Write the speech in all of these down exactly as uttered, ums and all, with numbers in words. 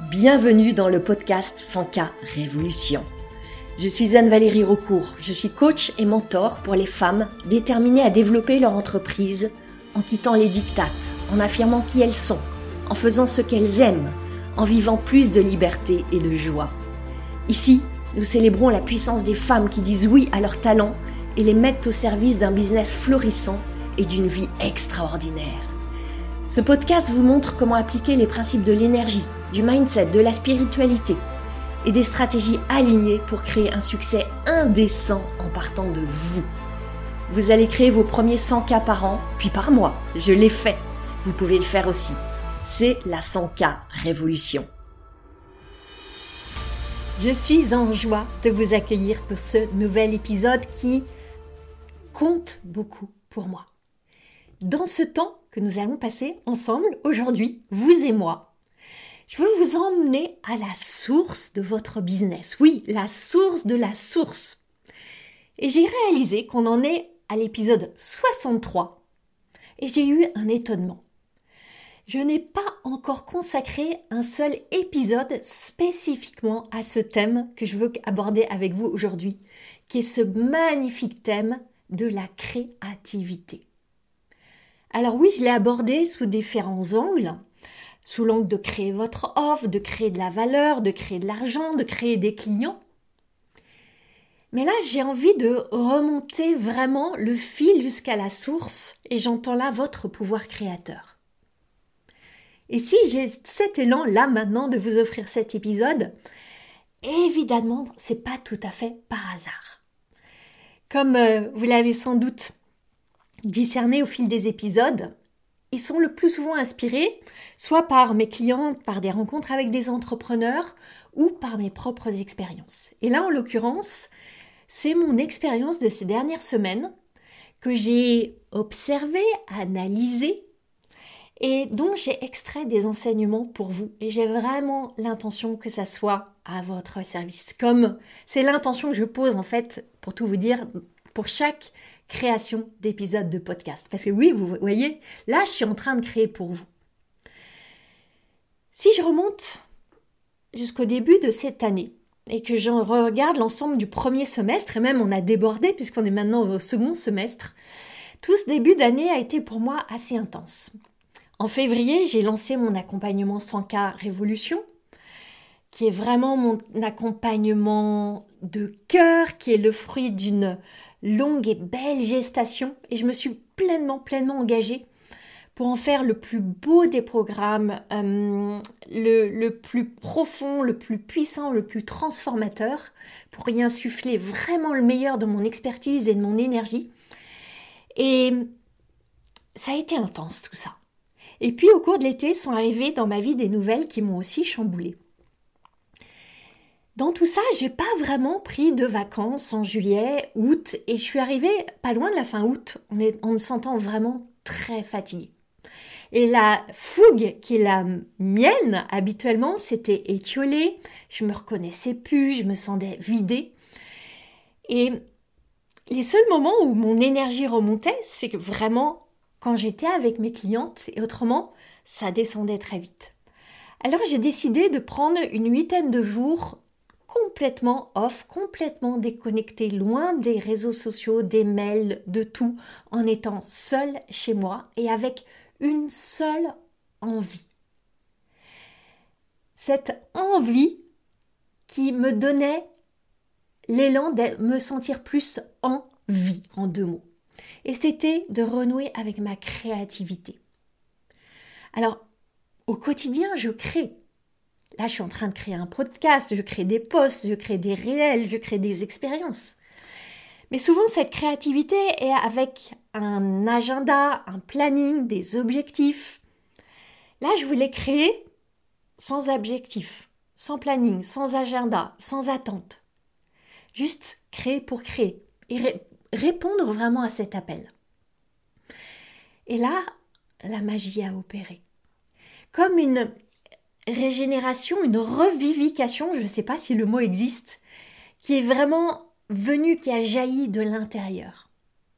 Bienvenue dans le podcast cent K Révolution. Je suis Anne-Valérie Raucourt, je suis coach et mentor pour les femmes déterminées à développer leur entreprise en quittant les diktats, en affirmant qui elles sont, en faisant ce qu'elles aiment, en vivant plus de liberté et de joie. Ici, nous célébrons la puissance des femmes qui disent oui à leurs talents et les mettent au service d'un business florissant et d'une vie extraordinaire. Ce podcast vous montre comment appliquer les principes de l'énergie, du mindset, de la spiritualité et des stratégies alignées pour créer un succès indécent en partant de vous. Vous allez créer vos premiers cent K par an, puis par mois. Je l'ai fait. Vous pouvez le faire aussi. C'est la cent K Révolution. Je suis en joie de vous accueillir pour ce nouvel épisode qui compte beaucoup pour moi. Dans ce temps que nous allons passer ensemble aujourd'hui, vous et moi, je veux vous emmener à la source de votre business. Oui, la source de la source. Et j'ai réalisé qu'on en est à l'épisode soixante-trois et j'ai eu un étonnement. Je n'ai pas encore consacré un seul épisode spécifiquement à ce thème que je veux aborder avec vous aujourd'hui, qui est ce magnifique thème de la créativité. Alors oui, je l'ai abordé sous différents angles, sous l'angle de créer votre offre, de créer de la valeur, de créer de l'argent, de créer des clients. Mais là, j'ai envie de remonter vraiment le fil jusqu'à la source et j'entends là votre pouvoir créateur. Et si j'ai cet élan là maintenant de vous offrir cet épisode, évidemment, c'est pas tout à fait par hasard. Comme euh, vous l'avez sans doute discerné au fil des épisodes, ils sont le plus souvent inspirés soit par mes clientes, par des rencontres avec des entrepreneurs ou par mes propres expériences. Et là, en l'occurrence, c'est mon expérience de ces dernières semaines que j'ai observée, analysée et dont j'ai extrait des enseignements pour vous. Et j'ai vraiment l'intention que ça soit à votre service. Comme c'est l'intention que je pose en fait, pour tout vous dire, pour chaque création d'épisodes de podcast. Parce que oui, vous voyez, là, je suis en train de créer pour vous. Si je remonte jusqu'au début de cette année et que je regarde l'ensemble du premier semestre, et même on a débordé puisqu'on est maintenant au second semestre, tout ce début d'année a été pour moi assez intense. En février, j'ai lancé mon accompagnement cent K Révolution, qui est vraiment mon accompagnement de cœur, qui est le fruit d'une longue et belle gestation. Et je me suis pleinement, pleinement engagée pour en faire le plus beau des programmes, euh, le, le plus profond, le plus puissant, le plus transformateur, pour y insuffler vraiment le meilleur de mon expertise et de mon énergie. Et ça a été intense tout ça. Et puis au cours de l'été sont arrivées dans ma vie des nouvelles qui m'ont aussi chamboulée. Dans tout ça, j'ai pas vraiment pris de vacances en juillet, août, et je suis arrivée pas loin de la fin août, on, est, on me sentant vraiment très fatiguée. Et la fougue qui est la mienne, habituellement, c'était étiolée, je me reconnaissais plus, je me sentais vidée. Et les seuls moments où mon énergie remontait, c'est que vraiment quand j'étais avec mes clientes, et autrement, ça descendait très vite. Alors j'ai décidé de prendre une huitaine de jours complètement off, complètement déconnectée, loin des réseaux sociaux, des mails, de tout, en étant seule chez moi et avec une seule envie. Cette envie qui me donnait l'élan de me sentir plus en vie, en deux mots. Et c'était de renouer avec ma créativité. Alors, au quotidien, je crée. Là, je suis en train de créer un podcast, je crée des posts, je crée des réels, je crée des expériences. Mais souvent, cette créativité est avec un agenda, un planning, des objectifs. Là, je voulais créer sans objectif, sans planning, sans agenda, sans attente. Juste créer pour créer et ré- répondre vraiment à cet appel. Et là, la magie a opéré. Comme une régénération, une revivification, je ne sais pas si le mot existe, qui est vraiment venue, qui a jailli de l'intérieur.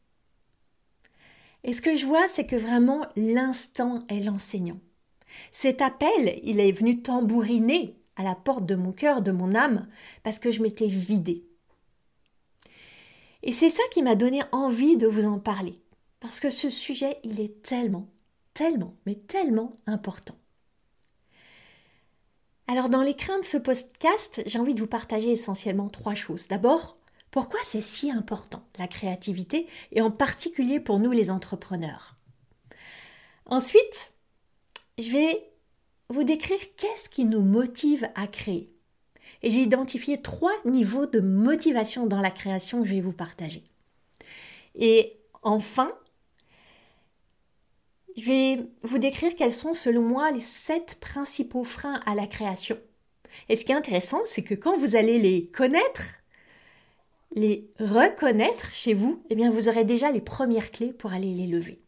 Et ce que je vois, c'est que vraiment l'instant est l'enseignant. Cet appel, il est venu tambouriner à la porte de mon cœur, de mon âme, parce que je m'étais vidée. Et c'est ça qui m'a donné envie de vous en parler, parce que ce sujet, il est tellement, tellement, mais tellement important. Alors dans l'écrin de ce podcast, j'ai envie de vous partager essentiellement trois choses. D'abord, pourquoi c'est si important, la créativité, et en particulier pour nous les entrepreneurs. Ensuite, je vais vous décrire qu'est-ce qui nous motive à créer. Et j'ai identifié trois niveaux de motivation dans la création que je vais vous partager. Et enfin, je vais vous décrire quels sont selon moi les sept principaux freins à la création. Et ce qui est intéressant, c'est que quand vous allez les connaître, les reconnaître chez vous, eh bien vous aurez déjà les premières clés pour aller les lever.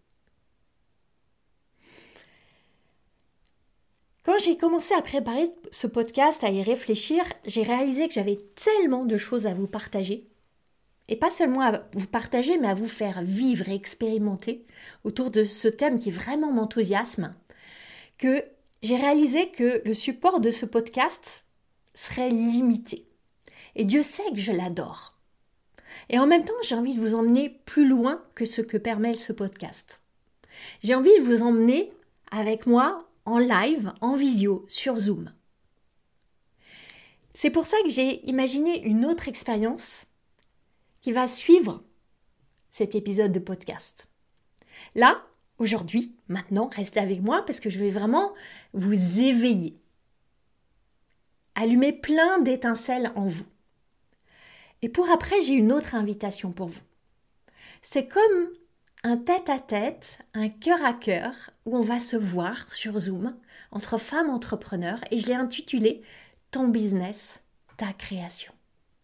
Quand j'ai commencé à préparer ce podcast, à y réfléchir, j'ai réalisé que j'avais tellement de choses à vous partager. Et pas seulement à vous partager, mais à vous faire vivre et expérimenter autour de ce thème qui vraiment m'enthousiasme, que j'ai réalisé que le support de ce podcast serait limité. Et Dieu sait que je l'adore. Et en même temps, j'ai envie de vous emmener plus loin que ce que permet ce podcast. J'ai envie de vous emmener avec moi en live, en visio, sur Zoom. C'est pour ça que j'ai imaginé une autre expérience qui va suivre cet épisode de podcast. Là, aujourd'hui, maintenant, restez avec moi parce que je vais vraiment vous éveiller. Allumer plein d'étincelles en vous. Et pour après, j'ai une autre invitation pour vous. C'est comme un tête-à-tête, un cœur-à-cœur, où on va se voir sur Zoom, entre femmes entrepreneurs, et je l'ai intitulé « Ton business, ta création ».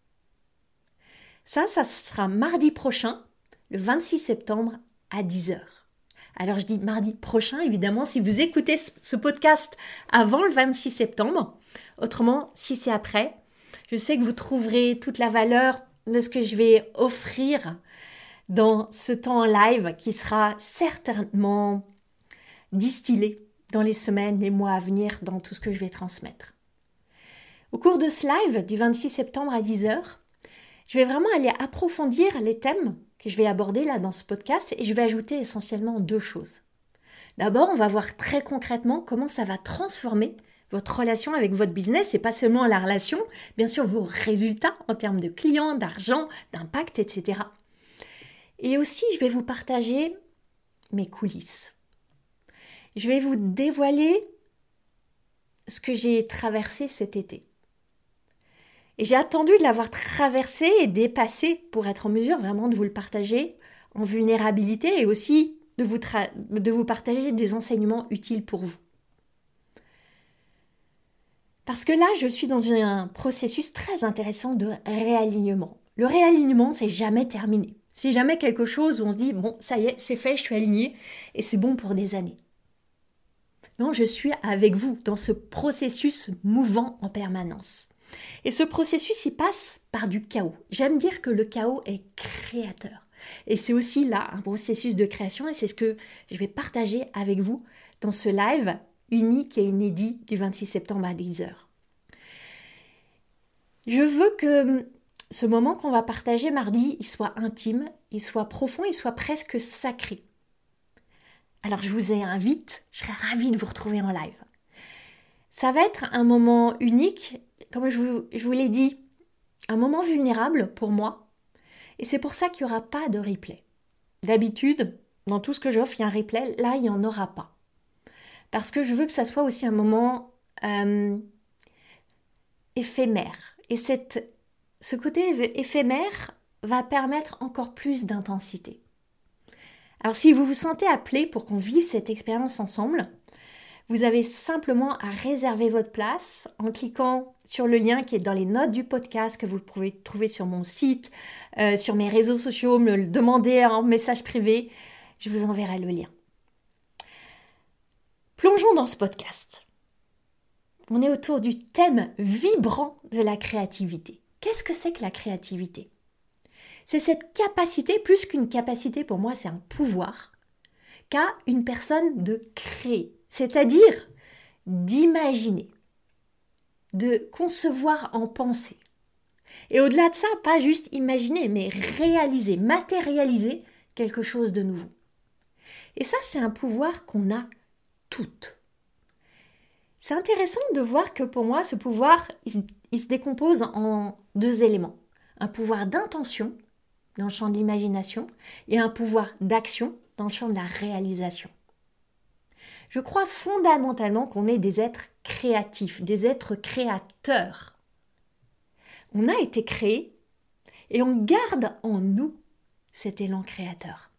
Ça, ça sera mardi prochain, le vingt-six septembre, à dix heures. Alors je dis mardi prochain, évidemment, si vous écoutez ce podcast avant le vingt-six septembre. Autrement, si c'est après, je sais que vous trouverez toute la valeur de ce que je vais offrir dans ce temps en live qui sera certainement distillé dans les semaines, les mois à venir, dans tout ce que je vais transmettre. Au cours de ce live du vingt-six septembre à dix heures, je vais vraiment aller approfondir les thèmes que je vais aborder là dans ce podcast et je vais ajouter essentiellement deux choses. D'abord, on va voir très concrètement comment ça va transformer votre relation avec votre business et pas seulement la relation, bien sûr vos résultats en termes de clients, d'argent, d'impact, et cetera. Et aussi, je vais vous partager mes coulisses. Je vais vous dévoiler ce que j'ai traversé cet été. Et j'ai attendu de l'avoir traversé et dépassé pour être en mesure vraiment de vous le partager en vulnérabilité et aussi de vous, tra- de vous partager des enseignements utiles pour vous. Parce que là, je suis dans un processus très intéressant de réalignement. Le réalignement, c'est jamais terminé. C'est jamais quelque chose où on se dit, bon, ça y est, c'est fait, je suis alignée et c'est bon pour des années. Non, je suis avec vous dans ce processus mouvant en permanence. Et ce processus, il passe par du chaos. J'aime dire que le chaos est créateur. Et c'est aussi là un processus de création et c'est ce que je vais partager avec vous dans ce live unique et inédit du vingt-six septembre à dix heures. Je veux que ce moment qu'on va partager mardi, il soit intime, il soit profond, il soit presque sacré. Alors je vous invite, je serais ravie de vous retrouver en live. Ça va être un moment unique, comme je vous, je vous l'ai dit, un moment vulnérable pour moi. Et c'est pour ça qu'il n'y aura pas de replay. D'habitude, dans tout ce que j'offre, il y a un replay. Là, il n'y en aura pas. Parce que je veux que ça soit aussi un moment euh, éphémère. Et cette, ce côté éphémère va permettre encore plus d'intensité. Alors si vous vous sentez appelé pour qu'on vive cette expérience ensemble, vous avez simplement à réserver votre place en cliquant sur le lien qui est dans les notes du podcast que vous pouvez trouver sur mon site, euh, sur mes réseaux sociaux, me le demander en message privé, je vous enverrai le lien. Plongeons dans ce podcast. On est autour du thème vibrant de la créativité. Qu'est-ce que c'est que la créativité ? C'est cette capacité, plus qu'une capacité, pour moi c'est un pouvoir, qu'a une personne de créer, c'est-à-dire d'imaginer. de concevoir en pensée. Et au-delà de ça, pas juste imaginer, mais réaliser, matérialiser quelque chose de nouveau. Et ça, c'est un pouvoir qu'on a toutes. C'est intéressant de voir que pour moi, ce pouvoir, il se, il se décompose en deux éléments. Un pouvoir d'intention, dans le champ de l'imagination, et un pouvoir d'action, dans le champ de la réalisation. Je crois fondamentalement qu'on est des êtres créatifs, des êtres créateurs. On a été créés et on garde en nous cet élan créateur.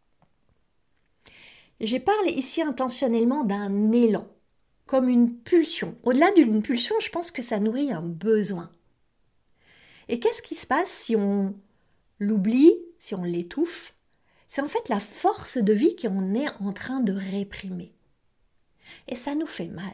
Je parle ici intentionnellement d'un élan, comme une pulsion. Au-delà d'une pulsion, je pense que ça nourrit un besoin. Et qu'est-ce qui se passe si on l'oublie, si on l'étouffe? C'est en fait la force de vie qu'on est en train de réprimer. Et ça nous fait mal.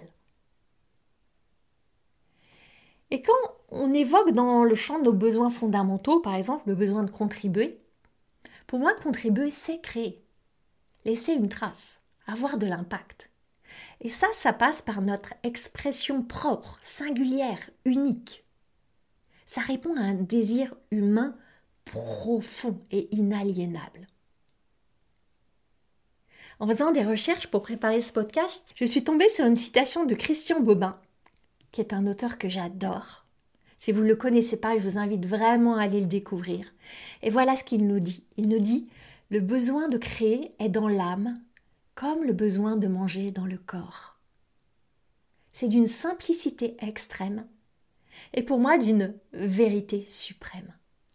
Et quand on évoque dans le champ de nos besoins fondamentaux, par exemple le besoin de contribuer, pour moi, contribuer, c'est créer. Laisser une trace, avoir de l'impact. Et ça, ça passe par notre expression propre, singulière, unique. Ça répond à un désir humain profond et inaliénable. En faisant des recherches pour préparer ce podcast, je suis tombée sur une citation de Christian Bobin, qui est un auteur que j'adore. Si vous ne le connaissez pas, je vous invite vraiment à aller le découvrir. Et voilà ce qu'il nous dit. Il nous dit « Le besoin de créer est dans l'âme, comme le besoin de manger dans le corps. » C'est d'une simplicité extrême, et pour moi d'une vérité suprême.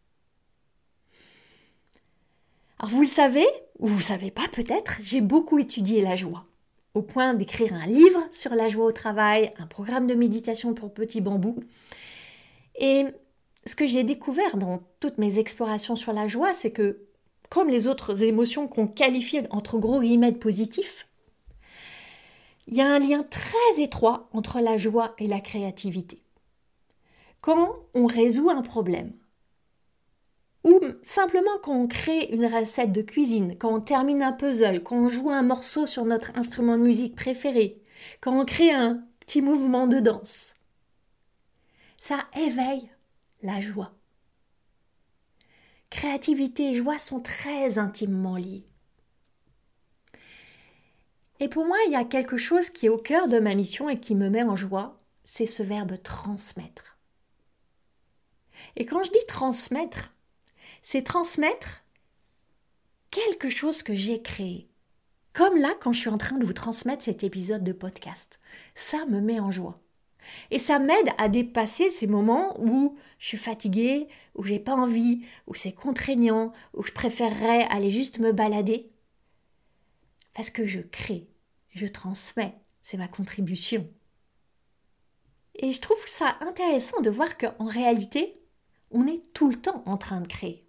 Alors vous le savez, ou vous ne savez pas peut-être, j'ai beaucoup étudié la joie, au point d'écrire un livre sur la joie au travail, un programme de méditation pour petits bambous. Et ce que j'ai découvert dans toutes mes explorations sur la joie, c'est que, comme les autres émotions qu'on qualifie entre gros guillemets de positifs, il y a un lien très étroit entre la joie et la créativité. Quand on résout un problème, ou simplement quand on crée une recette de cuisine, quand on termine un puzzle, quand on joue un morceau sur notre instrument de musique préféré, quand on crée un petit mouvement de danse, ça éveille la joie. Créativité et joie sont très intimement liées. Et pour moi, il y a quelque chose qui est au cœur de ma mission et qui me met en joie, c'est ce verbe transmettre. Et quand je dis transmettre, c'est transmettre quelque chose que j'ai créé. Comme là, quand je suis en train de vous transmettre cet épisode de podcast. Ça me met en joie. Et ça m'aide à dépasser ces moments où je suis fatiguée, où j'ai pas envie, où c'est contraignant, où je préférerais aller juste me balader. Parce que je crée, je transmets, c'est ma contribution. Et je trouve ça intéressant de voir qu'en réalité, on est tout le temps en train de créer.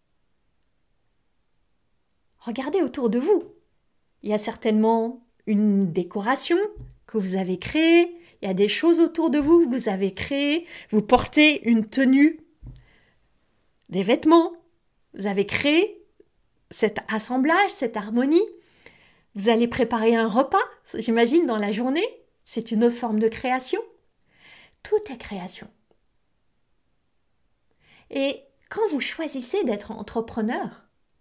Regardez autour de vous. Il y a certainement une décoration que vous avez créée, il y a des choses autour de vous que vous avez créées, vous portez une tenue, des vêtements, vous avez créé cet assemblage, cette harmonie, vous allez préparer un repas, j'imagine, dans la journée, c'est une autre forme de création. Tout est création. Et quand vous choisissez d'être entrepreneur,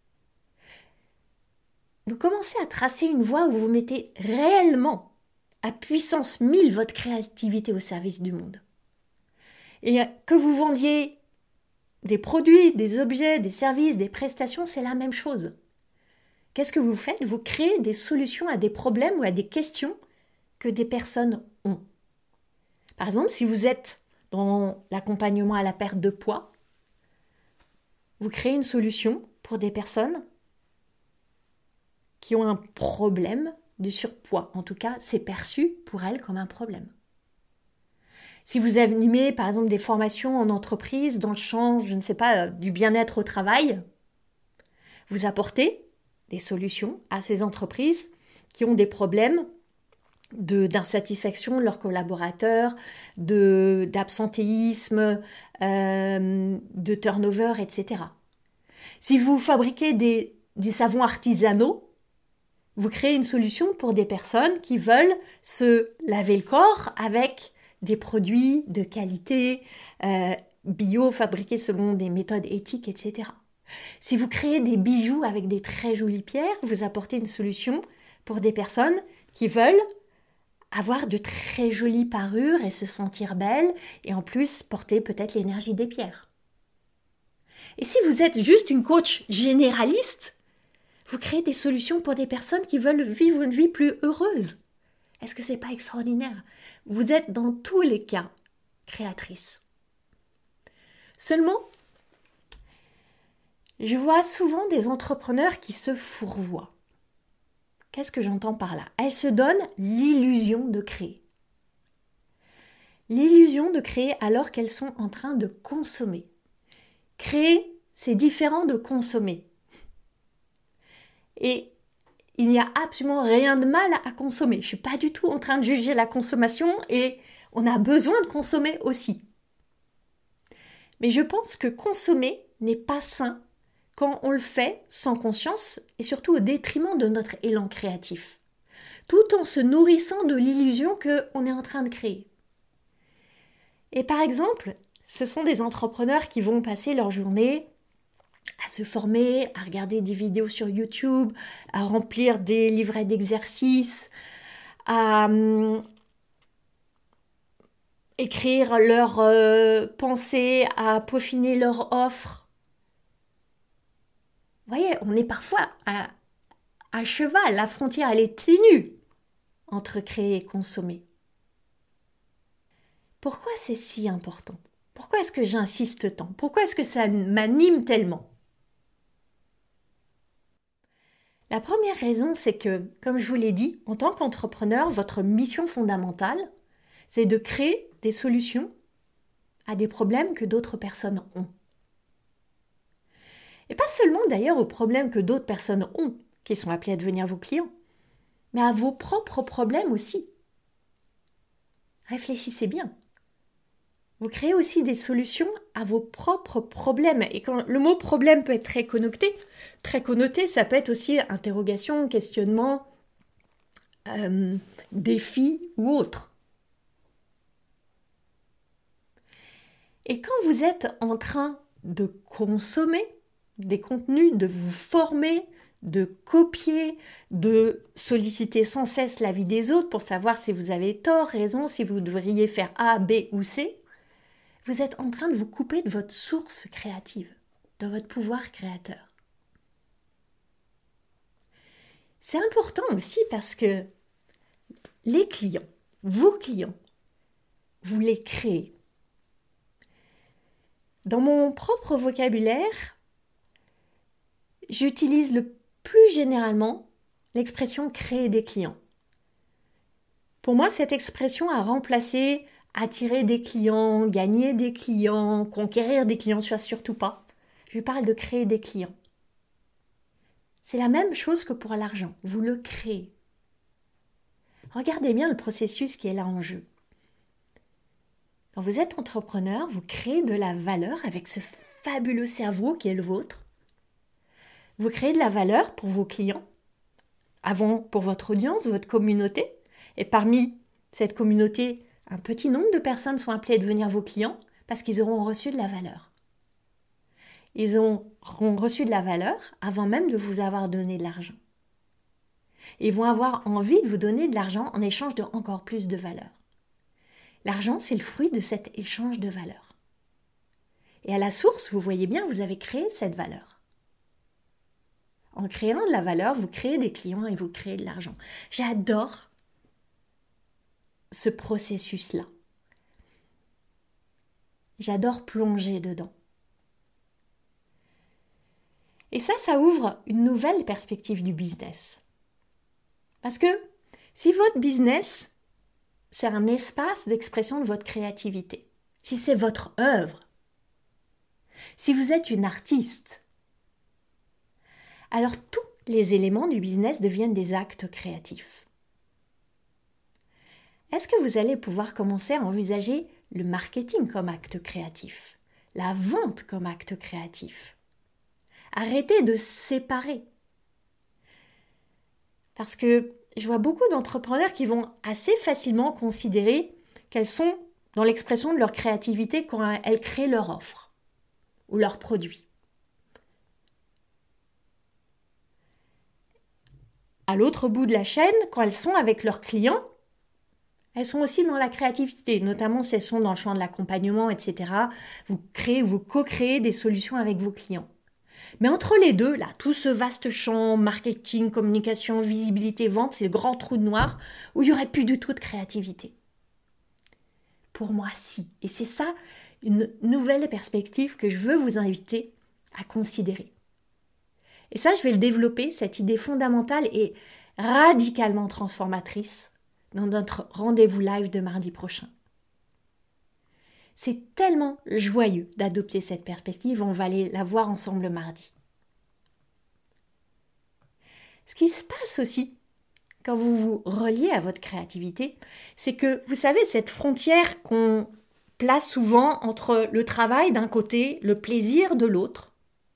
vous commencez à tracer une voie où vous mettez réellement à puissance mille votre créativité au service du monde. Et que vous vendiez des produits, des objets, des services, des prestations, c'est la même chose. Qu'est-ce que vous faites? Vous créez des solutions à des problèmes ou à des questions que des personnes ont. Par exemple, si vous êtes dans l'accompagnement à la perte de poids, vous créez une solution pour des personnes qui ont un problème de surpoids. En tout cas, c'est perçu pour elles comme un problème. Si vous animez, par exemple, des formations en entreprise dans le champ, je ne sais pas, du bien-être au travail, vous apportez des solutions à ces entreprises qui ont des problèmes de, d'insatisfaction de leurs collaborateurs, de, d'absentéisme, euh, de turnover, et cetera. Si vous fabriquez des, des savons artisanaux, vous créez une solution pour des personnes qui veulent se laver le corps avec des produits de qualité, euh, bio, fabriqués selon des méthodes éthiques, et cetera. Si vous créez des bijoux avec des très jolies pierres, vous apportez une solution pour des personnes qui veulent avoir de très jolies parures et se sentir belles, et en plus porter peut-être l'énergie des pierres. Et si vous êtes juste une coach généraliste, vous créez des solutions pour des personnes qui veulent vivre une vie plus heureuse. Est-ce que c'est pas extraordinaire? Vous êtes dans tous les cas créatrice. Seulement, je vois souvent des entrepreneurs qui se fourvoient. Qu'est-ce que j'entends par là? Elles se donnent l'illusion de créer. L'illusion de créer alors qu'elles sont en train de consommer. Créer, c'est différent de consommer. Et il n'y a absolument rien de mal à consommer. Je ne suis pas du tout en train de juger la consommation et on a besoin de consommer aussi. Mais je pense que consommer n'est pas sain quand on le fait sans conscience et surtout au détriment de notre élan créatif, tout en se nourrissant de l'illusion qu'on est en train de créer. Et par exemple, ce sont des entrepreneurs qui vont passer leur journée à se former, à regarder des vidéos sur YouTube, à remplir des livrets d'exercices, à hum, écrire leurs euh, pensées, à peaufiner leur offre. Vous voyez, on est parfois à, à cheval, la frontière elle est ténue entre créer et consommer. Pourquoi c'est si important? Pourquoi est-ce que j'insiste tant? Pourquoi est-ce que ça m'anime tellement? La première raison, c'est que, comme je vous l'ai dit, en tant qu'entrepreneur, votre mission fondamentale, c'est de créer des solutions à des problèmes que d'autres personnes ont. Et pas seulement d'ailleurs aux problèmes que d'autres personnes ont, qui sont appelés à devenir vos clients, mais à vos propres problèmes aussi. Réfléchissez bien. Vous créez aussi des solutions à vos propres problèmes. Et quand le mot problème peut être très connoté, très connoté, ça peut être aussi interrogation, questionnement, euh, défi ou autre. Et quand vous êtes en train de consommer des contenus, de vous former, de copier, de solliciter sans cesse l'avis des autres pour savoir si vous avez tort, raison, si vous devriez faire A, B ou C, vous êtes en train de vous couper de votre source créative, de votre pouvoir créateur. C'est important aussi parce que les clients, vos clients, vous les créez. Dans mon propre vocabulaire, j'utilise le plus généralement l'expression « créer des clients ». Pour moi, cette expression a remplacé attirer des clients, gagner des clients, conquérir des clients, ça surtout pas. Je parle de créer des clients. C'est la même chose que pour l'argent, vous le créez. Regardez bien le processus qui est là en jeu. Quand vous êtes entrepreneur, vous créez de la valeur avec ce fabuleux cerveau qui est le vôtre. Vous créez de la valeur pour vos clients, avant pour votre audience, votre communauté. Et parmi cette communauté, un petit nombre de personnes sont appelées à devenir vos clients parce qu'ils auront reçu de la valeur. Ils auront reçu de la valeur avant même de vous avoir donné de l'argent. Ils vont avoir envie de vous donner de l'argent en échange de encore plus de valeur. L'argent, c'est le fruit de cet échange de valeur. Et à la source, vous voyez bien, vous avez créé cette valeur. En créant de la valeur, vous créez des clients et vous créez de l'argent. J'adore ce processus-là. J'adore plonger dedans. Et ça, ça ouvre une nouvelle perspective du business. Parce que si votre business, c'est un espace d'expression de votre créativité, si c'est votre œuvre, si vous êtes une artiste, alors tous les éléments du business deviennent des actes créatifs. Est-ce que vous allez pouvoir commencer à envisager le marketing comme acte créatif, la vente comme acte créatif? Arrêtez de séparer. Parce que je vois beaucoup d'entrepreneurs qui vont assez facilement considérer qu'elles sont dans l'expression de leur créativité quand elles créent leur offre ou leur produit. À l'autre bout de la chaîne, quand elles sont avec leurs clients, elles sont aussi dans la créativité, notamment si elles sont dans le champ de l'accompagnement, et cetera. Vous créez ou vous co-créez des solutions avec vos clients. Mais entre les deux, là, tout ce vaste champ, marketing, communication, visibilité, vente, c'est le grand trou noir où il n'y aurait plus du tout de créativité. Pour moi, si. Et c'est ça, une nouvelle perspective que je veux vous inviter à considérer. Et ça, je vais le développer, cette idée fondamentale et radicalement transformatrice dans notre rendez-vous live de mardi prochain. C'est tellement joyeux d'adopter cette perspective, on va aller la voir ensemble mardi. Ce qui se passe aussi, quand vous vous reliez à votre créativité, c'est que, vous savez, cette frontière qu'on place souvent entre le travail d'un côté, le plaisir de l'autre,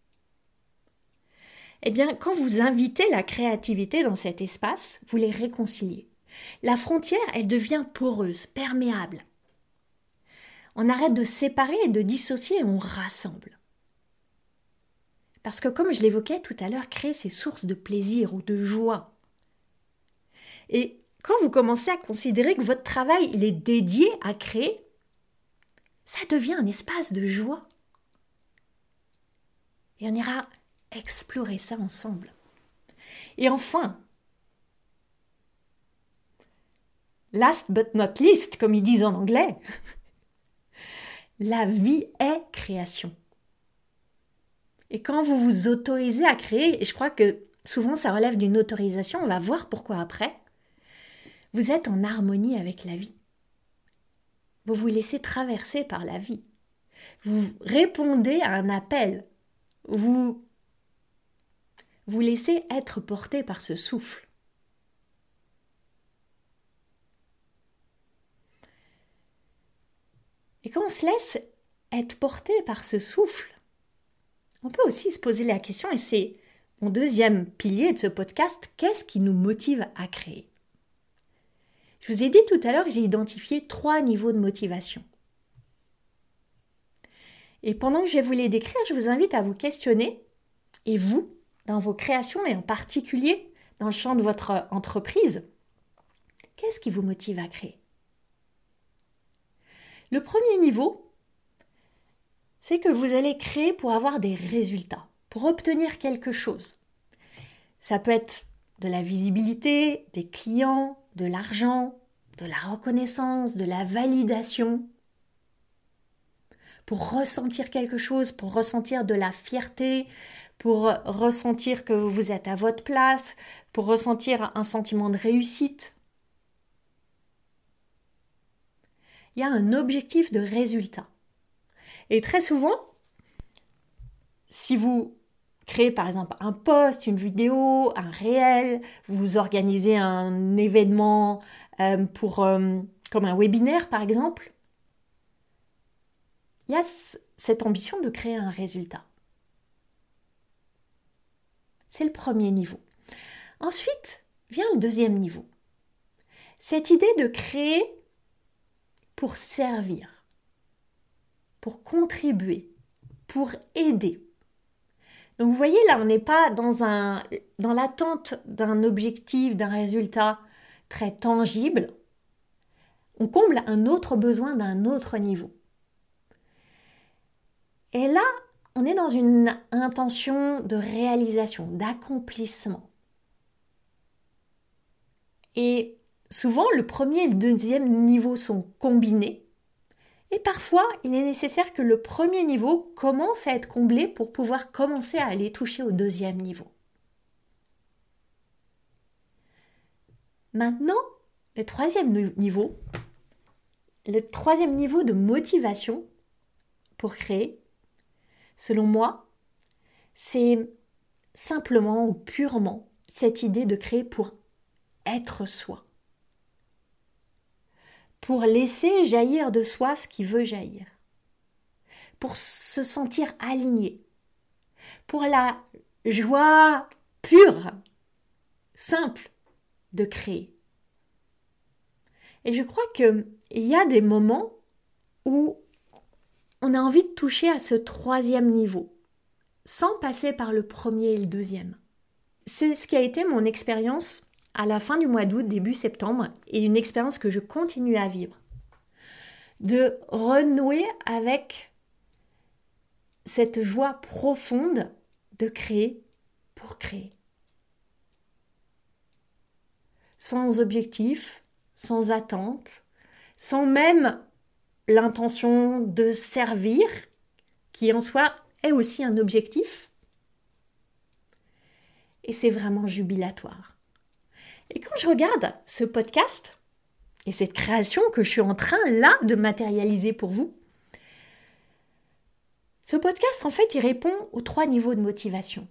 eh bien, quand vous invitez la créativité dans cet espace, vous les réconciliez. La frontière, elle devient poreuse, perméable. On arrête de séparer et de dissocier et on rassemble. Parce que comme je l'évoquais tout à l'heure, créer ces sources de plaisir ou de joie. Et quand vous commencez à considérer que votre travail il est dédié à créer, ça devient un espace de joie. Et on ira explorer ça ensemble. Et enfin, last but not least, comme ils disent en anglais, la vie est création. Et quand vous vous autorisez à créer, et je crois que souvent ça relève d'une autorisation, on va voir pourquoi après, vous êtes en harmonie avec la vie. Vous vous laissez traverser par la vie. Vous répondez à un appel. Vous vous laissez être porté par ce souffle. Et quand on se laisse être porté par ce souffle, on peut aussi se poser la question, et c'est mon deuxième pilier de ce podcast, qu'est-ce qui nous motive à créer ? Je vous ai dit tout à l'heure que j'ai identifié trois niveaux de motivation. Et pendant que je vais vous les décrire, je vous invite à vous questionner, et vous, dans vos créations, et en particulier dans le champ de votre entreprise, qu'est-ce qui vous motive à créer ? Le premier niveau, c'est que vous allez créer pour avoir des résultats, pour obtenir quelque chose. Ça peut être de la visibilité, des clients, de l'argent, de la reconnaissance, de la validation. Pour ressentir quelque chose, pour ressentir de la fierté, pour ressentir que vous êtes à votre place, pour ressentir un sentiment de réussite. Il y a un objectif de résultat. Et très souvent, si vous créez par exemple un post, une vidéo, un réel, vous organisez un événement euh, pour, euh, comme un webinaire par exemple, il y a cette ambition de créer un résultat. C'est le premier niveau. Ensuite vient le deuxième niveau. Cette idée de créer pour servir, pour contribuer, pour aider. Donc vous voyez, là, on n'est pas dans, un, dans l'attente d'un objectif, d'un résultat très tangible. On comble un autre besoin d'un autre niveau. Et là, on est dans une intention de réalisation, d'accomplissement. Et souvent, le premier et le deuxième niveau sont combinés. Et parfois, il est nécessaire que le premier niveau commence à être comblé pour pouvoir commencer à aller toucher au deuxième niveau. Maintenant, le troisième niveau, le troisième niveau de motivation pour créer, selon moi, c'est simplement ou purement cette idée de créer pour être soi. Pour laisser jaillir de soi ce qui veut jaillir, pour se sentir aligné, pour la joie pure, simple de créer. Et je crois qu'il y a des moments où on a envie de toucher à ce troisième niveau, sans passer par le premier et le deuxième. C'est ce qui a été mon expérience à la fin du mois d'août, début septembre, et une expérience que je continue à vivre. De renouer avec cette joie profonde de créer pour créer. Sans objectif, sans attente, sans même l'intention de servir, qui en soi est aussi un objectif. Et c'est vraiment jubilatoire. Et quand je regarde ce podcast et cette création que je suis en train là de matérialiser pour vous, ce podcast en fait il répond aux trois niveaux de motivation.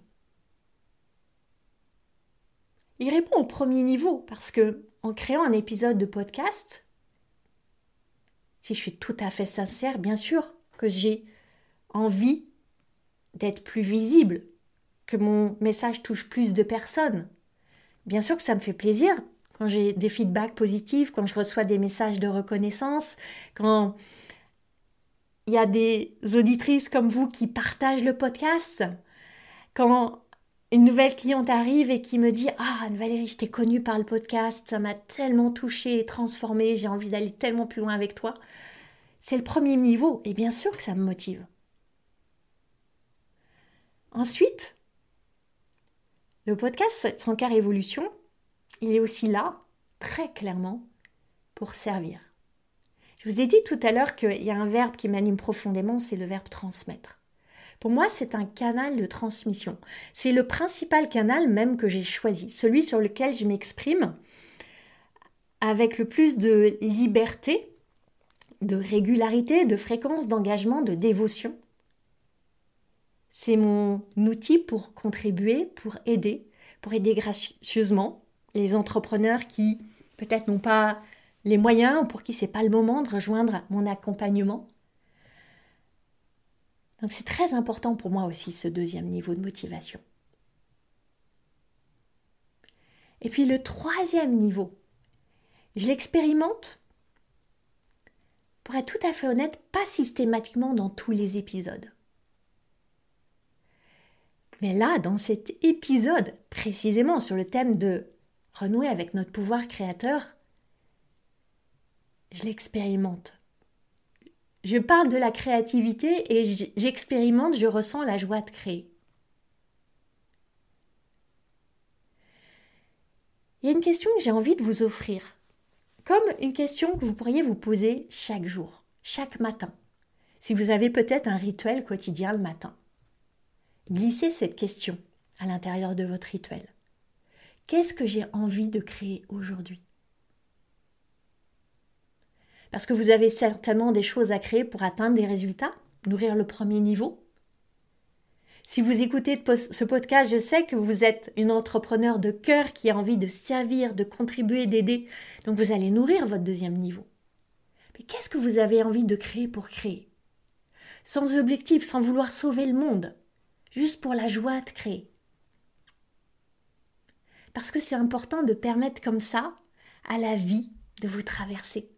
Il répond au premier niveau parce que en créant un épisode de podcast, si je suis tout à fait sincère, bien sûr que j'ai envie d'être plus visible, que mon message touche plus de personnes. Bien sûr que ça me fait plaisir quand j'ai des feedbacks positifs, quand je reçois des messages de reconnaissance, quand il y a des auditrices comme vous qui partagent le podcast, quand une nouvelle cliente arrive et qui me dit « Ah, Anne-Valérie, je t'ai connue par le podcast, ça m'a tellement touchée et transformée, j'ai envie d'aller tellement plus loin avec toi. » C'est le premier niveau et bien sûr que ça me motive. Ensuite, le podcast Son Cœur Évolution, il est aussi là, très clairement, pour servir. Je vous ai dit tout à l'heure qu'il y a un verbe qui m'anime profondément, c'est le verbe transmettre. Pour moi, c'est un canal de transmission. C'est le principal canal même que j'ai choisi, celui sur lequel je m'exprime avec le plus de liberté, de régularité, de fréquence, d'engagement, de dévotion. C'est mon outil pour contribuer, pour aider, pour aider gracieusement les entrepreneurs qui peut-être n'ont pas les moyens ou pour qui ce n'est pas le moment de rejoindre mon accompagnement. Donc c'est très important pour moi aussi ce deuxième niveau de motivation. Et puis le troisième niveau, je l'expérimente, pour être tout à fait honnête, pas systématiquement dans tous les épisodes. Mais là, dans cet épisode, précisément sur le thème de renouer avec notre pouvoir créateur, je l'expérimente. Je parle de la créativité et j'expérimente, je ressens la joie de créer. Il y a une question que j'ai envie de vous offrir, comme une question que vous pourriez vous poser chaque jour, chaque matin, si vous avez peut-être un rituel quotidien le matin. Glissez cette question à l'intérieur de votre rituel. Qu'est-ce que j'ai envie de créer aujourd'hui ? Parce que vous avez certainement des choses à créer pour atteindre des résultats, nourrir le premier niveau. Si vous écoutez ce podcast, je sais que vous êtes une entrepreneur de cœur qui a envie de servir, de contribuer, d'aider. Donc vous allez nourrir votre deuxième niveau. Mais qu'est-ce que vous avez envie de créer pour créer ? Sans objectif, sans vouloir sauver le monde. Juste pour la joie de créer. Parce que c'est important de permettre comme ça à la vie de vous traverser.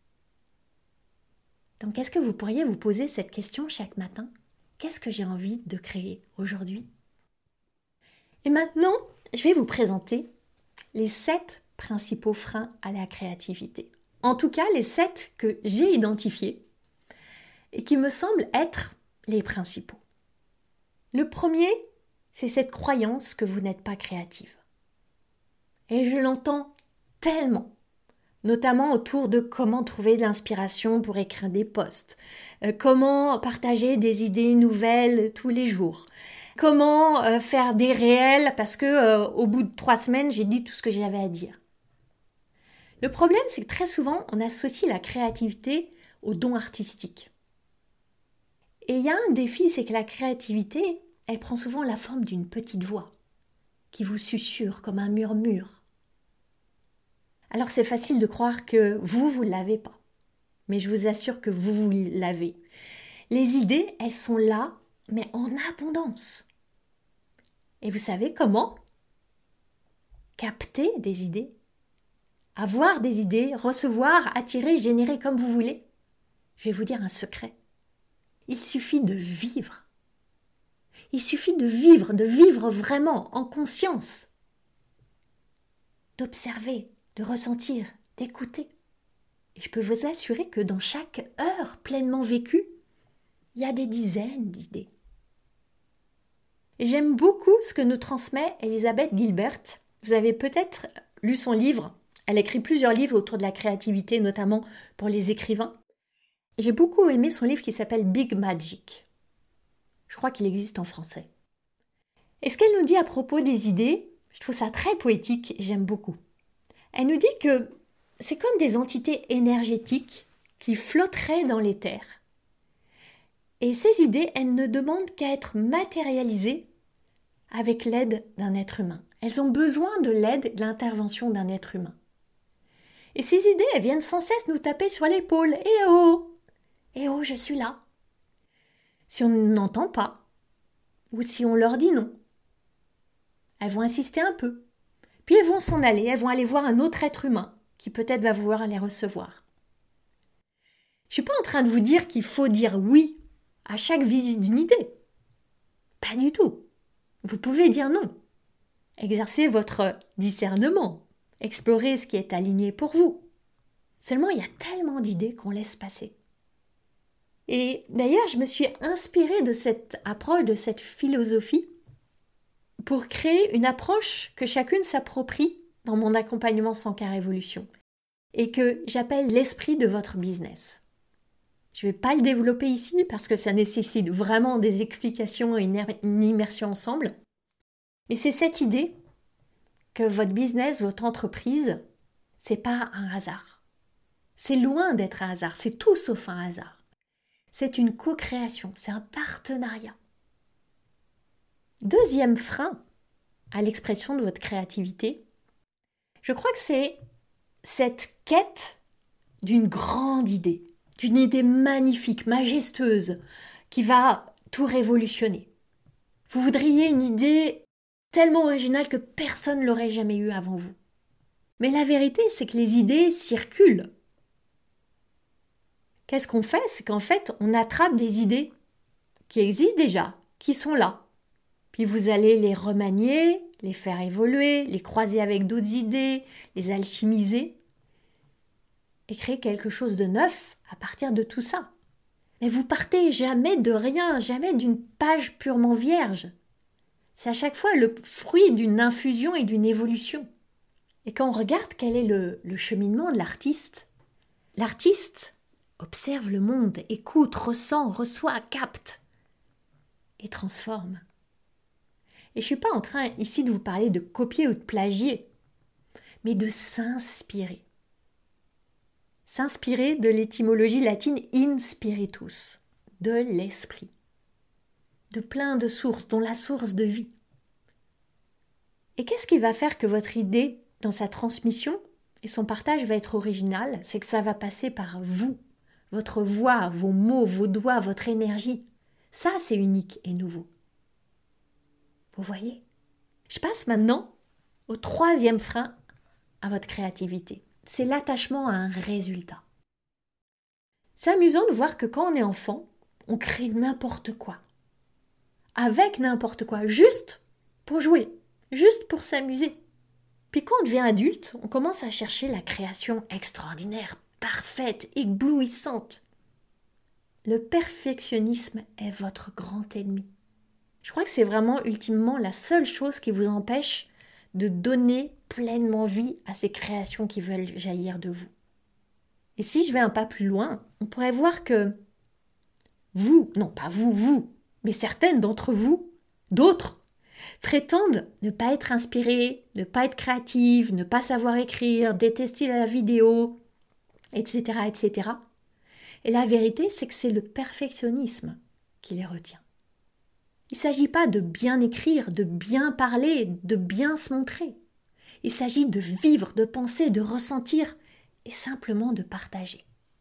Donc est-ce que vous pourriez vous poser cette question chaque matin ? Qu'est-ce que j'ai envie de créer aujourd'hui ? Et maintenant, je vais vous présenter les sept principaux freins à la créativité. En tout cas, les sept que j'ai identifiés et qui me semblent être les principaux. Le premier, c'est cette croyance que vous n'êtes pas créative. Et je l'entends tellement, notamment autour de comment trouver de l'inspiration pour écrire des posts, euh, comment partager des idées nouvelles tous les jours, comment euh, faire des réels parce que euh, au bout de trois semaines, j'ai dit tout ce que j'avais à dire. Le problème, c'est que très souvent, on associe la créativité au don artistique. Et il y a un défi, c'est que la créativité, elle prend souvent la forme d'une petite voix qui vous susurre comme un murmure. Alors c'est facile de croire que vous, vous ne l'avez pas. Mais je vous assure que vous, vous l'avez. Les idées, elles sont là, mais en abondance. Et vous savez comment ? Capter des idées, avoir des idées, recevoir, attirer, générer comme vous voulez. Je vais vous dire un secret. Il suffit de vivre. Il suffit de vivre, de vivre vraiment en conscience. D'observer, de ressentir, d'écouter. Et je peux vous assurer que dans chaque heure pleinement vécue, il y a des dizaines d'idées. Et j'aime beaucoup ce que nous transmet Elizabeth Gilbert. Vous avez peut-être lu son livre. Elle écrit plusieurs livres autour de la créativité, notamment pour les écrivains. J'ai beaucoup aimé son livre qui s'appelle Big Magic. Je crois qu'il existe en français. Et ce qu'elle nous dit à propos des idées, je trouve ça très poétique et j'aime beaucoup. Elle nous dit que c'est comme des entités énergétiques qui flotteraient dans l'éther. Et ces idées, elles ne demandent qu'à être matérialisées avec l'aide d'un être humain. Elles ont besoin de l'aide et de l'intervention d'un être humain. Et ces idées, elles viennent sans cesse nous taper sur l'épaule. « Eh oh ! Eh oh, je suis là !» Si on n'entend pas, ou si on leur dit non, elles vont insister un peu. Puis elles vont s'en aller, elles vont aller voir un autre être humain qui peut-être va vouloir les recevoir. Je ne suis pas en train de vous dire qu'il faut dire oui à chaque visite d'une idée. Pas du tout. Vous pouvez dire non. Exercez votre discernement. Explorez ce qui est aligné pour vous. Seulement, il y a tellement d'idées qu'on laisse passer. Et d'ailleurs, je me suis inspirée de cette approche, de cette philosophie, pour créer une approche que chacune s'approprie dans mon accompagnement cent K Révolution et que j'appelle l'esprit de votre business. Je ne vais pas le développer ici parce que ça nécessite vraiment des explications et une immersion ensemble. Mais c'est cette idée que votre business, votre entreprise, c'est pas un hasard. C'est loin d'être un hasard, c'est tout sauf un hasard. C'est une co-création, c'est un partenariat. Deuxième frein à l'expression de votre créativité, je crois que c'est cette quête d'une grande idée, d'une idée magnifique, majestueuse, qui va tout révolutionner. Vous voudriez une idée tellement originale que personne ne l'aurait jamais eue avant vous. Mais la vérité, c'est que les idées circulent. Qu'est-ce qu'on fait? C'est qu'en fait, on attrape des idées qui existent déjà, qui sont là. Puis vous allez les remanier, les faire évoluer, les croiser avec d'autres idées, les alchimiser et créer quelque chose de neuf à partir de tout ça. Mais vous partez jamais de rien, jamais d'une page purement vierge. C'est à chaque fois le fruit d'une infusion et d'une évolution. Et quand on regarde quel est le, le cheminement de l'artiste, l'artiste observe le monde, écoute, ressent, reçoit, capte et transforme. Et je ne suis pas en train ici de vous parler de copier ou de plagier, mais de s'inspirer. S'inspirer de l'étymologie latine in spiritus, de l'esprit, de plein de sources, dont la source de vie. Et qu'est-ce qui va faire que votre idée, dans sa transmission et son partage, va être original? C'est que ça va passer par vous, votre voix, vos mots, vos doigts, votre énergie. Ça, c'est unique et nouveau. Vous voyez? Je passe maintenant au troisième frein à votre créativité. C'est l'attachement à un résultat. C'est amusant de voir que quand on est enfant, on crée n'importe quoi. Avec n'importe quoi, juste pour jouer, juste pour s'amuser. Puis quand on devient adulte, on commence à chercher la création extraordinaire, parfaite, éblouissante. Le perfectionnisme est votre grand ennemi. Je crois que c'est vraiment ultimement la seule chose qui vous empêche de donner pleinement vie à ces créations qui veulent jaillir de vous. Et si je vais un pas plus loin, on pourrait voir que vous, non pas vous, vous, mais certaines d'entre vous, d'autres, prétendent ne pas être inspirées, ne pas être créatives, ne pas savoir écrire, détester la vidéo, et cetera, et cetera. Et la vérité, c'est que c'est le perfectionnisme qui les retient. Il ne s'agit pas de bien écrire, de bien parler, de bien se montrer. Il s'agit de vivre, de penser, de ressentir et simplement de partager.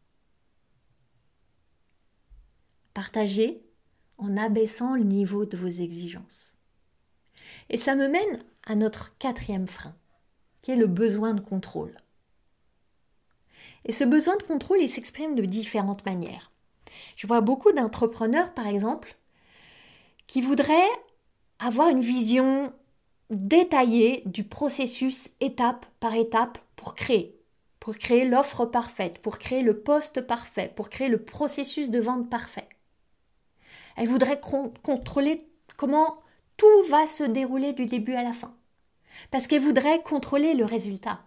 Partager en abaissant le niveau de vos exigences. Et ça me mène à notre quatrième frein, qui est le besoin de contrôle. Et ce besoin de contrôle, il s'exprime de différentes manières. Je vois beaucoup d'entrepreneurs, par exemple, qui voudraient avoir une vision détaillée du processus étape par étape pour créer. Pour créer l'offre parfaite, pour créer le poste parfait, pour créer le processus de vente parfait. Elles voudraient con- contrôler comment tout va se dérouler du début à la fin. Parce qu'elles voudraient contrôler le résultat.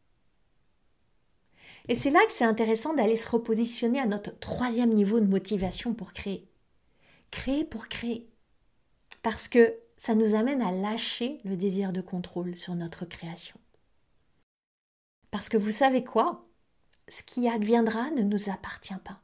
Et c'est là que c'est intéressant d'aller se repositionner à notre troisième niveau de motivation pour créer. Créer pour créer. Parce que ça nous amène à lâcher le désir de contrôle sur notre création. Parce que vous savez quoi ? Ce qui adviendra ne nous appartient pas.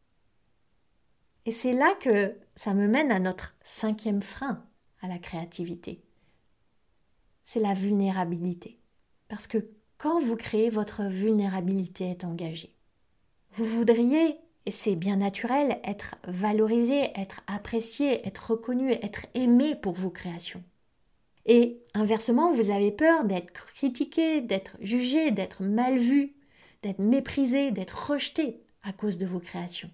Et c'est là que ça me mène à notre cinquième frein à la créativité. C'est la vulnérabilité. Parce que quand vous créez, votre vulnérabilité est engagée. Vous voudriez, et c'est bien naturel, être valorisé, être apprécié, être reconnu, être aimé pour vos créations. Et inversement, vous avez peur d'être critiqué, d'être jugé, d'être mal vu, d'être méprisé, d'être rejeté à cause de vos créations.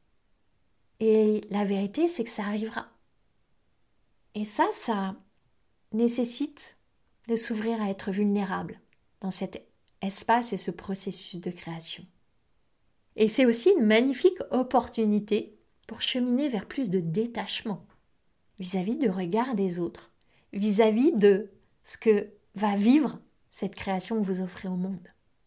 Et la vérité, c'est que ça arrivera. Et ça, ça nécessite de s'ouvrir à être vulnérable dans cet espace et ce processus de création. Et c'est aussi une magnifique opportunité pour cheminer vers plus de détachement vis-à-vis du regard des autres, vis-à-vis de ce que va vivre cette création que vous offrez au monde.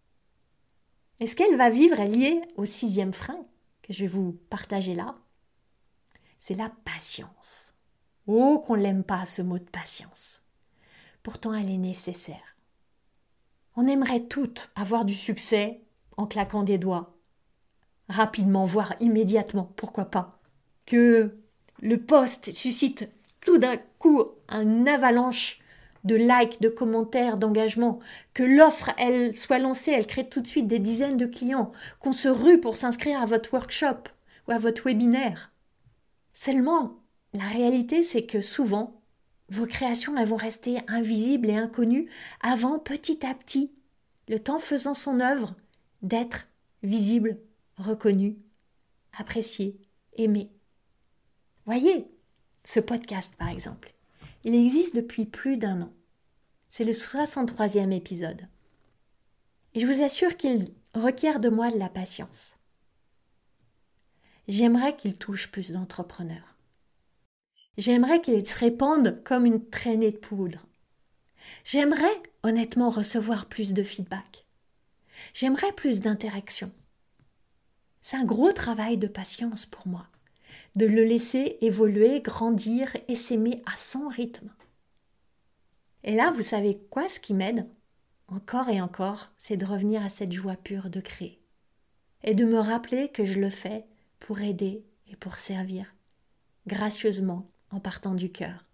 Et ce qu'elle va vivre est lié au sixième frein que je vais vous partager là. C'est la patience. Oh, qu'on l'aime pas ce mot de patience. Pourtant, elle est nécessaire. On aimerait toutes avoir du succès en claquant des doigts. Rapidement, voire immédiatement, pourquoi pas. Que le post suscite tout d'un coup une avalanche de likes, de commentaires, d'engagement. Que l'offre, elle soit lancée, elle crée tout de suite des dizaines de clients. Qu'on se rue pour s'inscrire à votre workshop ou à votre webinaire. Seulement, la réalité, c'est que souvent, vos créations elles vont rester invisibles et inconnues avant, petit à petit, le temps faisant son œuvre, d'être visible, reconnu, apprécié, aimé. Voyez, ce podcast par exemple, il existe depuis plus d'un an. C'est le soixante-troisième épisode. Et je vous assure qu'il requiert de moi de la patience. J'aimerais qu'il touche plus d'entrepreneurs. J'aimerais qu'il se répande comme une traînée de poudre. J'aimerais honnêtement recevoir plus de feedback. J'aimerais plus d'interaction. C'est un gros travail de patience pour moi, de le laisser évoluer, grandir et s'aimer à son rythme. Et là, vous savez quoi, ce qui m'aide, encore et encore, c'est de revenir à cette joie pure de créer. Et de me rappeler que je le fais pour aider et pour servir, gracieusement, en partant du cœur.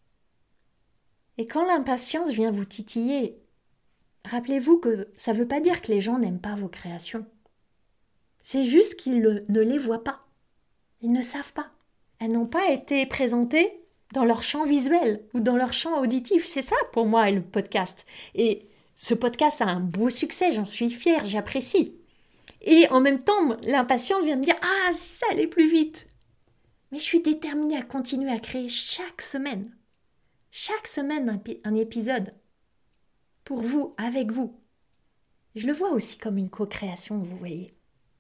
Et quand l'impatience vient vous titiller, rappelez-vous que ça ne veut pas dire que les gens n'aiment pas vos créations. C'est juste qu'ils le, ne les voient pas. Ils ne savent pas. Elles n'ont pas été présentées dans leur champ visuel ou dans leur champ auditif. C'est ça pour moi le podcast. Et ce podcast a un beau succès, j'en suis fière, j'apprécie. Et en même temps, l'impatience vient me dire « Ah, si ça allait plus vite !» Mais je suis déterminée à continuer à créer chaque semaine. Chaque semaine un, un épisode. Pour vous, avec vous. Je le vois aussi comme une co-création, vous voyez.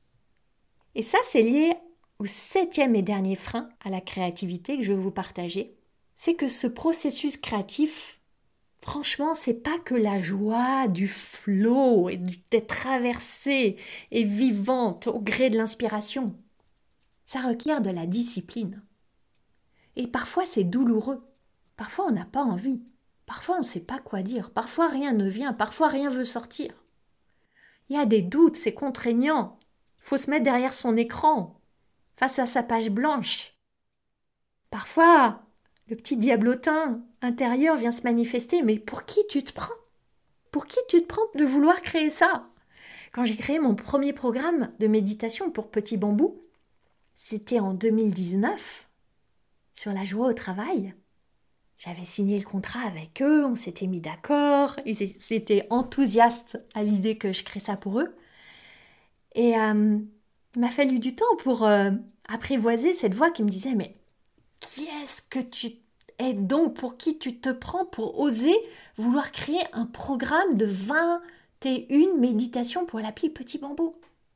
Et ça, c'est lié au septième et dernier frein à la créativité que je veux vous partager. C'est que ce processus créatif, franchement, c'est pas que la joie du flow et d'être traversée et vivante au gré de l'inspiration. Ça requiert de la discipline. Et parfois, c'est douloureux. Parfois, on n'a pas envie. Parfois, on ne sait pas quoi dire. Parfois, rien ne vient. Parfois, rien veut sortir. Il y a des doutes, c'est contraignant. Il faut se mettre derrière son écran, face à sa page blanche. Parfois, le petit diablotin intérieur vient se manifester. Mais pour qui tu te prends ? Pour qui tu te prends de vouloir créer ça ? Quand j'ai créé mon premier programme de méditation pour Petit Bambou, c'était en deux mille dix-neuf, sur la joie au travail. J'avais signé le contrat avec eux, on s'était mis d'accord, ils étaient enthousiastes à l'idée que je crée ça pour eux. Et euh, il m'a fallu du temps pour euh, apprivoiser cette voix qui me disait « Mais qui est-ce que tu es donc? Pour qui tu te prends pour oser vouloir créer un programme de vingt et une méditations pour l'appli Petit Bambou ?»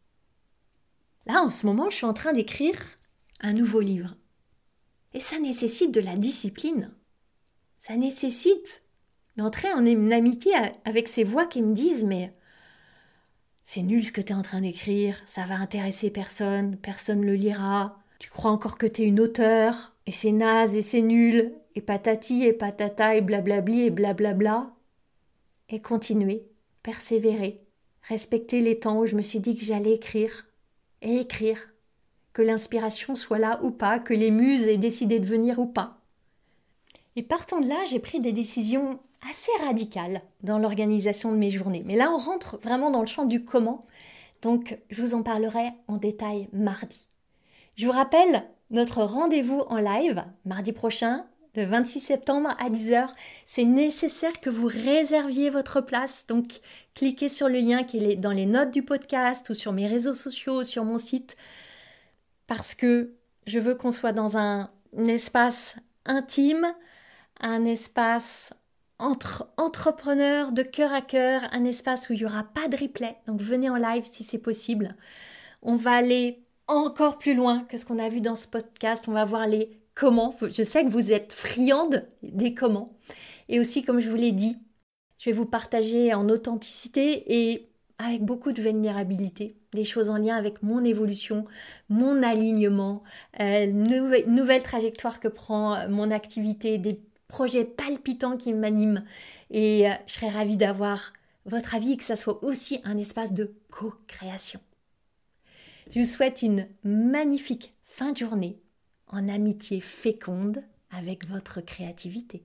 Là, en ce moment, je suis en train d'écrire un nouveau livre. Et ça nécessite de la discipline. Ça nécessite d'entrer en une amitié avec ces voix qui me disent « Mais c'est nul ce que tu es en train d'écrire, ça va intéresser personne, personne ne le lira. Tu crois encore que tu es une auteure, et c'est naze et c'est nul, et patati et patata et blablabli et blablabla. » Et continuer, persévérer, respecter les temps où je me suis dit que j'allais écrire, et écrire, que l'inspiration soit là ou pas, que les muses aient décidé de venir ou pas. Et partant de là, j'ai pris des décisions assez radicales dans l'organisation de mes journées. Mais là, on rentre vraiment dans le champ du comment, donc je vous en parlerai en détail mardi. Je vous rappelle notre rendez-vous en live, mardi prochain, le vingt-six septembre à dix heures. C'est nécessaire que vous réserviez votre place, donc cliquez sur le lien qui est dans les notes du podcast ou sur mes réseaux sociaux, sur mon site, parce que je veux qu'on soit dans un, un espace intime, un espace entre entrepreneurs de cœur à cœur, un espace où il n'y aura pas de replay, donc venez en live si c'est possible. On va aller encore plus loin que ce qu'on a vu dans ce podcast, on va voir les comment. Je sais que vous êtes friandes des comment. Et aussi, comme je vous l'ai dit, je vais vous partager en authenticité et avec beaucoup de vulnérabilité, des choses en lien avec mon évolution, mon alignement, euh, nouvelle, nouvelle trajectoire que prend mon activité, des projets palpitants qui m'animent. Et euh, je serais ravie d'avoir votre avis et que ça soit aussi un espace de co-création. Je vous souhaite une magnifique fin de journée en amitié féconde avec votre créativité.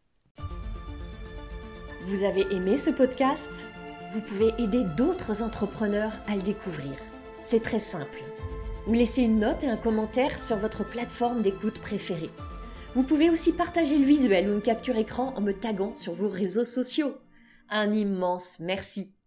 Vous avez aimé ce podcast ? Vous pouvez aider d'autres entrepreneurs à le découvrir. C'est très simple. Vous laissez une note et un commentaire sur votre plateforme d'écoute préférée. Vous pouvez aussi partager le visuel ou une capture écran en me taguant sur vos réseaux sociaux. Un immense merci.